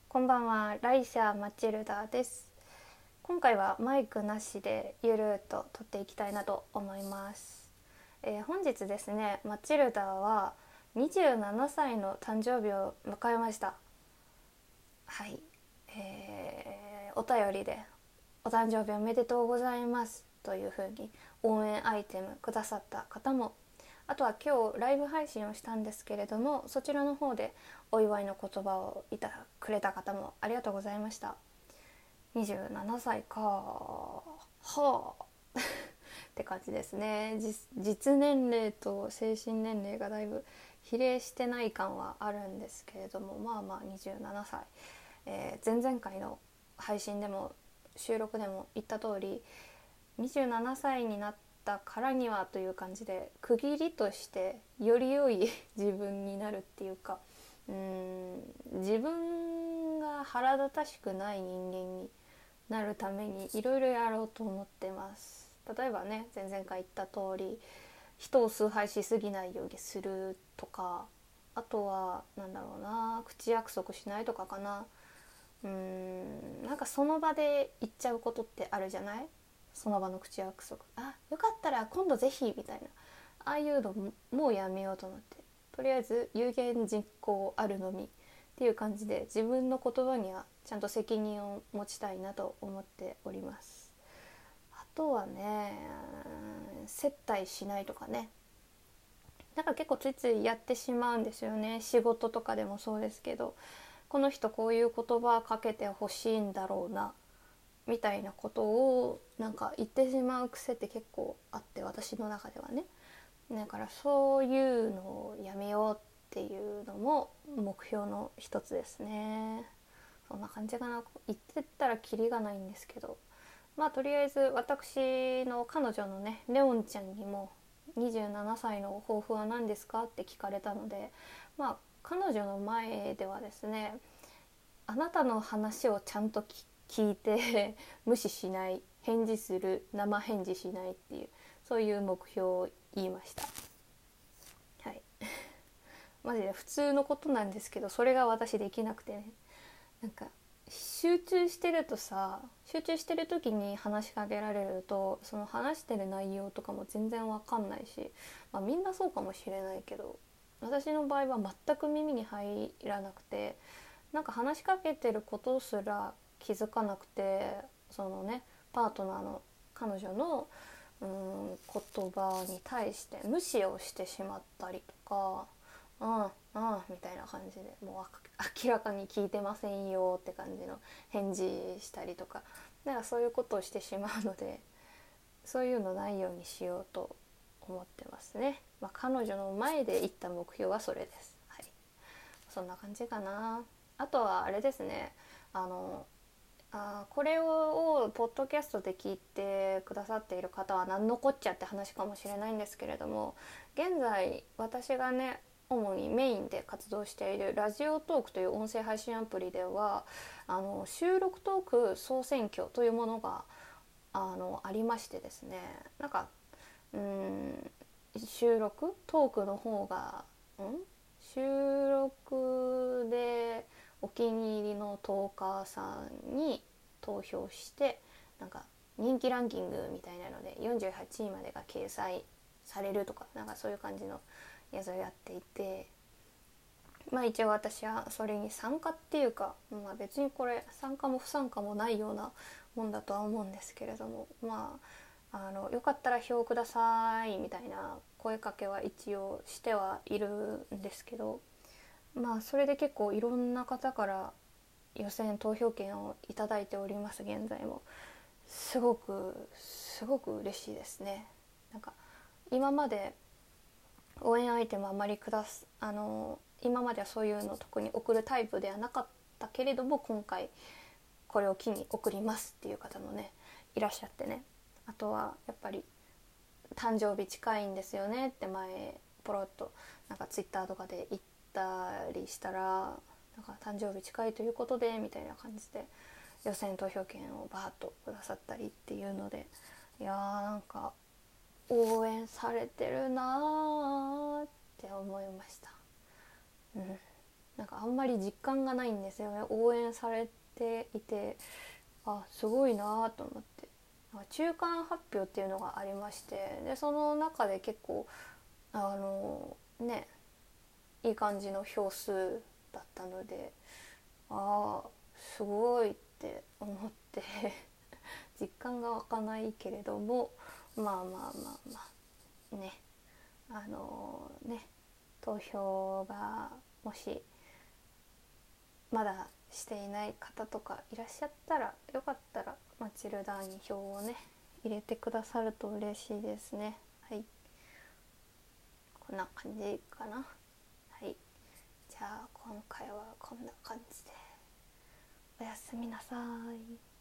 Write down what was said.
こんばんは、ライシャマチルダです。今回はマイクなしでゆるっと撮っていきたいなと思います。本日ですね、マチルダは27歳の誕生日を迎えました。はい、お便りでお誕生日おめでとうございますというふうに応援アイテムくださった方も、あとは今日ライブ配信をしたんですけれども、そちらの方でお祝いの言葉をくれた方もありがとうございました。27歳かはあって感じですね。実年齢と精神年齢がだいぶ比例してない感はあるんですけれども、まあまあ27歳、前々回の配信でも収録でも言った通り、27歳になったからにはという感じで区切りとしてより良い自分になるっていうか、自分が腹立たしくない人間になるためにいろいろやろうと思ってます。例えばね、前々回言った通り人を崇拝しすぎないようにするとか、あとはなんだろうな、口約束しないとかかな。なんかその場で言っちゃうことってあるじゃない。その場の口約束、あ、よかったら今度ぜひみたいな、ああいうのもうやめようと思って、とりあえず有言実行あるのみっていう感じで、自分の言葉にはちゃんと責任を持ちたいなと思っております。あとはね、接待しないとかね、なんか結構ついついやってしまうんですよね。仕事とかでもそうですけど、この人こういう言葉かけてほしいんだろうなみたいなことをなんか言ってしまう癖って結構あって、私の中ではね。だからそういうのをやめようっていうのも目標の一つですね。そんな感じかな。言ってったらキリがないんですけど、まあとりあえず私の彼女のね、レオンちゃんにも27歳の抱負は何ですかって聞かれたので、まあ彼女の前ではですね、あなたの話をちゃんと聞いて無視しない、返事する、生返事しないっていう、そういう目標を言いました。はい、マジで普通のことなんですけど、それが私できなくてね。なんか集中してる時に話しかけられると、その話してる内容とかも全然わかんないし、まあ、みんなそうかもしれないけど、私の場合は全く耳に入らなくて、なんか話しかけてることすら気づかなくて、そのね、パートナーの彼女の言葉に対して無視をしてしまったりとか、うんうんみたいな感じで、もう明らかに聞いてませんよって感じの返事したりとか、なんかそういうことをしてしまうので、そういうのないようにしようと思ってますね。まあ、彼女の前で言った目標はそれです。はい、そんな感じかな。あとはあれですね、あのこれをポッドキャストで聞いてくださっている方は何のこっちゃって話かもしれないんですけれども、現在私がね主にメインで活動しているラジオトークという音声配信アプリでは、収録トーク総選挙というものがありましてですね、なんか収録トークの方が収録でお気に入りのトーカーさんに投票して、なんか人気ランキングみたいなので48位までが掲載されるとか、なんかそういう感じのやつをやっていて、まあ一応私はそれに参加っていうか、まあ別にこれ参加も不参加もないようなもんだとは思うんですけれども、まあよかったら票くださいみたいな声かけは一応してはいるんですけど、まあそれで結構いろんな方から予選投票権をいただいております。現在もすごくすごく嬉しいですね。なんか今まで応援アイテムあまり今まではそういうの特に送るタイプではなかったけれども、今回これを機に送りますっていう方もねいらっしゃってね。あとはやっぱり誕生日近いんですよねって前ポロッとなんかツイッターとかで言ったりしたら、なんか誕生日近いということでみたいな感じで予選投票権をバーッとくださったりっていうので、いやーなんか応援されてるなーって思いました。 なんかあんまり実感がないんですよね。応援されていて、あ、すごいなと思って。なんか中間発表っていうのがありまして、でその中で結構ね、いい感じの票数だったので、ああすごいって思って実感が湧かないけれども、まあまあまあまあね、ね、投票がもしまだしていない方とかいらっしゃったら、よかったらマチルダに票をね入れてくださると嬉しいですね。はい、こんな感じかな。はい、じゃあ今回はこんな感じでおやすみなさい。